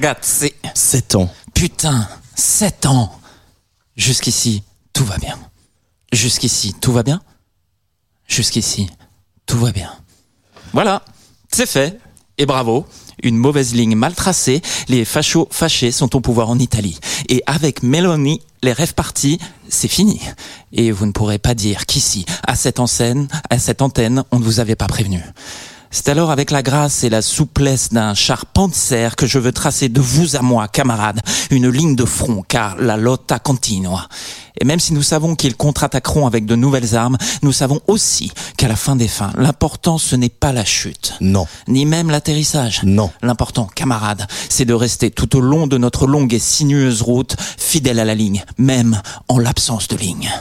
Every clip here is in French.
ragazzi. 7 ans. Putain, 7 ans. Jusqu'ici, tout va bien. Jusqu'ici, tout va bien. Jusqu'ici, tout va bien. Voilà, c'est fait. Et bravo. Une mauvaise ligne mal tracée, les fachos fâchés sont au pouvoir en Italie. Et avec Meloni, les rêves partis, c'est fini. Et vous ne pourrez pas dire qu'ici, à cette antenne, on ne vous avait pas prévenu. C'est alors avec la grâce et la souplesse d'un char Panzer que je veux tracer de vous à moi, camarades, une ligne de front, car la lotta continua. Et même si nous savons qu'ils contre-attaqueront avec de nouvelles armes, nous savons aussi qu'à la fin des fins, l'important ce n'est pas la chute. Non. Ni même l'atterrissage. Non. L'important, camarades, c'est de rester tout au long de notre longue et sinueuse route, fidèle à la ligne, même en l'absence de ligne.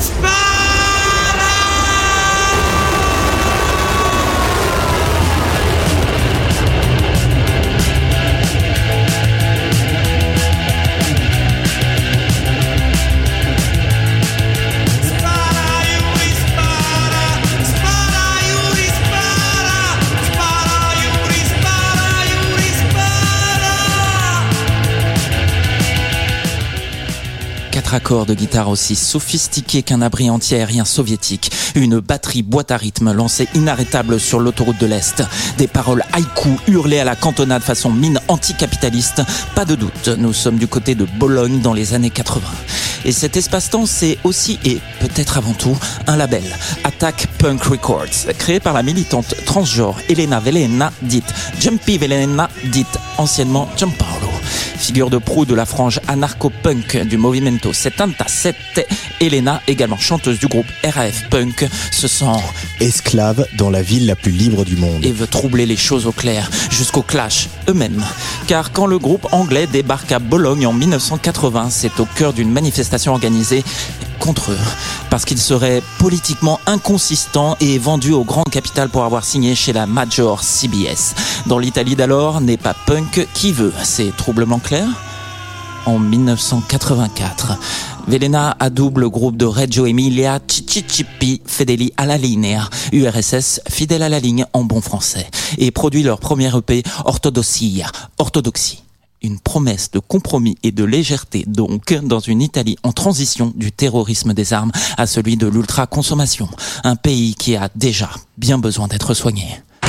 Quatre accords de guitare aussi sophistiqués qu'un abri anti-aérien soviétique, une batterie boîte à rythme lancée inarrêtable sur l'autoroute de l'Est, des paroles haïkus hurlées à la cantonade façon mine anticapitaliste. Pas de doute, nous sommes du côté de Bologne dans les années 80. Et cet espace-temps, c'est aussi et peut-être avant tout un label, Attack Punk Records, créé par la militante transgenre Elena Velena, dite Jumpy Velena, dite anciennement Giampaolo. Figure de proue de la frange anarcho-punk du Movimento 77, Elena, également chanteuse du groupe RAF Punk, se sent esclave dans la ville la plus libre du monde. Et veut troubler les choses au clair, jusqu'au Clash eux-mêmes. Car quand le groupe anglais débarque à Bologne en 1980, c'est au cœur d'une manifestation organisée contre eux, parce qu'ils seraient politiquement inconsistants et vendus au grand capital pour avoir signé chez la Major CBS. Dans l'Italie d'alors, n'est pas punk qui veut. C'est troublement clair ? En 1984, Velena adoube le groupe de Reggio Emilia Ciccipipi Fedeli alla Linea, URSS fidèle à la ligne en bon français, et produit leur premier EP Ortodossia, orthodoxie. Une promesse de compromis et de légèreté donc dans une Italie en transition du terrorisme des armes à celui de l'ultra-consommation. Un pays qui a déjà bien besoin d'être soigné.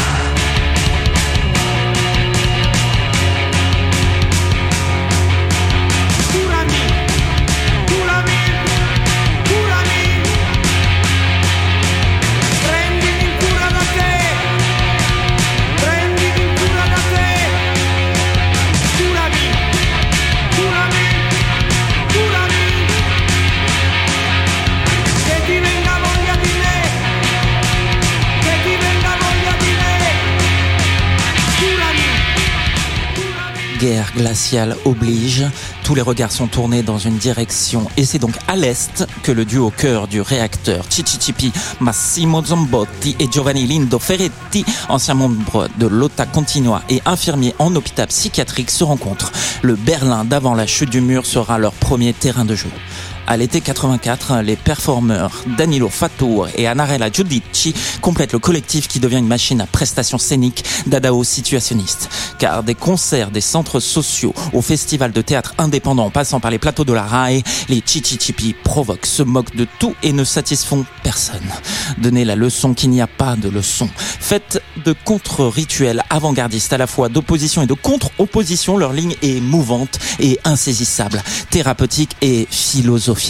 Guerre glaciale oblige, tous les regards sont tournés dans une direction et c'est donc à l'est que le duo au cœur du réacteur Ciccipipi, Massimo Zambotti et Giovanni Lindo Ferretti, anciens membres de Lotta Continua et infirmiers en hôpital psychiatrique, se rencontrent. Le Berlin d'avant la chute du mur sera leur premier terrain de jeu. À l'été 84, les performeurs Danilo Fattur et Annarella Giudici complètent le collectif qui devient une machine à prestations scéniques d'Adao situationniste. Car des concerts, des centres sociaux, au festival de théâtre indépendant en passant par les plateaux de la RAI, les Ciccipipi provoquent, se moquent de tout et ne satisfont personne. Donner la leçon qu'il n'y a pas de leçon. Faites de contre-rituels avant-gardistes, à la fois d'opposition et de contre-opposition, leur ligne est mouvante et insaisissable, thérapeutique et philosophique.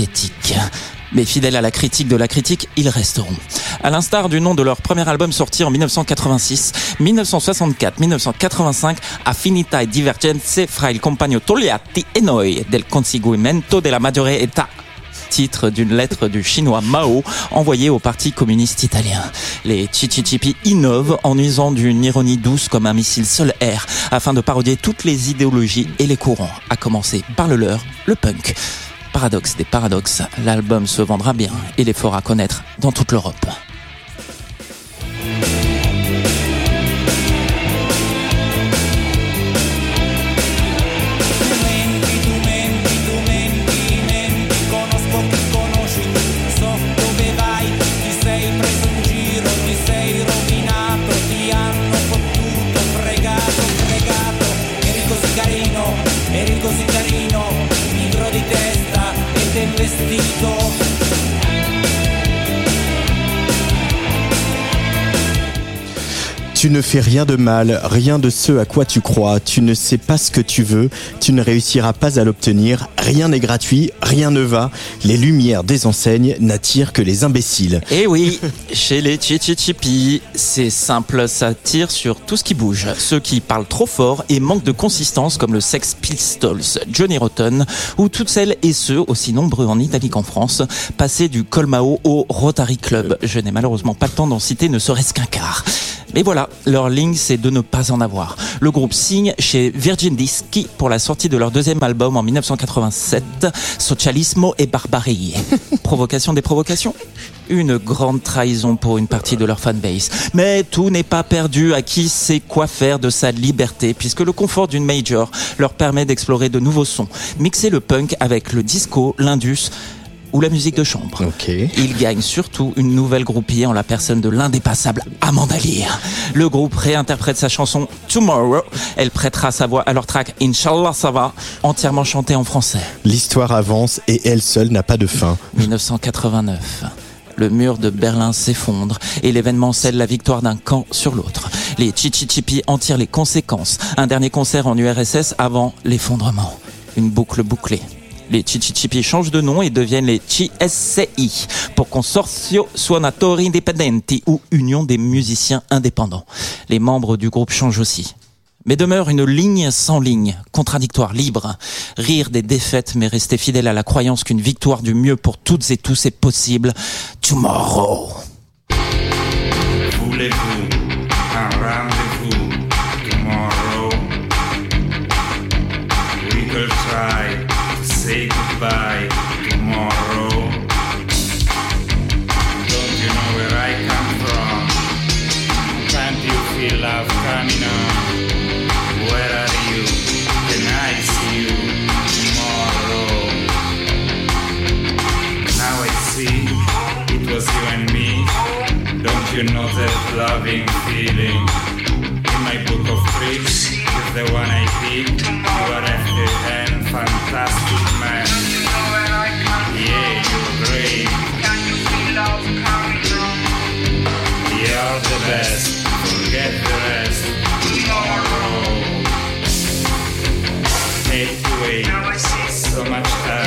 Mais fidèles à la critique de la critique, ils resteront. À l'instar du nom de leur premier album sorti en 1986, 1964, 1985, Affinità e divergenze fra il compagno Togliatti e noi del conseguimento della maggiore età. Titre d'une lettre du chinois Mao envoyée au Parti communiste italien. Les Ciccipipi innovent en usant d'une ironie douce comme un missile sol-air afin de parodier toutes les idéologies et les courants, à commencer par le leur, le punk. Paradoxe des paradoxes, l'album se vendra bien et les fera connaître dans toute l'Europe. Carino Tu ne fais rien de mal, rien de ce à quoi tu crois. Tu ne sais pas ce que tu veux, tu ne réussiras pas à l'obtenir. Rien n'est gratuit, rien ne va. Les lumières des enseignes n'attirent que les imbéciles. Eh oui, chez les Chichichipi, c'est simple, ça tire sur tout ce qui bouge. Ceux qui parlent trop fort et manquent de consistance comme le Sex Pistols, Johnny Rotten, ou toutes celles et ceux, aussi nombreux en Italie qu'en France, passés du Colmao au Rotary Club. Je n'ai malheureusement pas le temps d'en citer ne serait-ce qu'un quart. Mais voilà, leur ligne, c'est de ne pas en avoir. Le groupe signe chez Virgin Dischi pour la sortie de leur deuxième album en 1987, Socialismo e Barbarie. Provocation des provocations ? Une grande trahison pour une partie de leur fanbase. Mais tout n'est pas perdu à qui sait quoi faire de sa liberté, puisque le confort d'une major leur permet d'explorer de nouveaux sons. Mixer le punk avec le disco, l'indus ou la musique de chambre. Okay. Il gagne surtout une nouvelle groupie en la personne de l'indépassable Amanda Lear. Le groupe réinterprète sa chanson Tomorrow. Elle prêtera sa voix à leur track Inch'Allah ça va, entièrement chantée en français. L'histoire avance et elle seule n'a pas de fin. 1989. Le mur de Berlin s'effondre et l'événement scelle la victoire d'un camp sur l'autre. Les Chichichipi en tirent les conséquences. Un dernier concert en URSS avant l'effondrement. Une boucle bouclée. Les Chichichipi changent de nom et deviennent les CSCI pour Consorzio Suonatori Indipendenti ou Union des musiciens indépendants. Les membres du groupe changent aussi. Mais demeure une ligne sans ligne, contradictoire, libre. Rire des défaites mais rester fidèle à la croyance qu'une victoire du mieux pour toutes et tous est possible. Tomorrow. Voulez-vous un rendez-vous tomorrow? We will try to say goodbye tomorrow. Don't you know where I come from? Can't you feel love coming on? Where are you? Can I see you tomorrow? Now I see it was you and me. Don't you know that loving feeling? In my book of tricks, is the one I picked. You are FKN, fantastic man. Yeah, you're great. You're the best. Forget the rest. Tomorrow. Hate to wait so much time.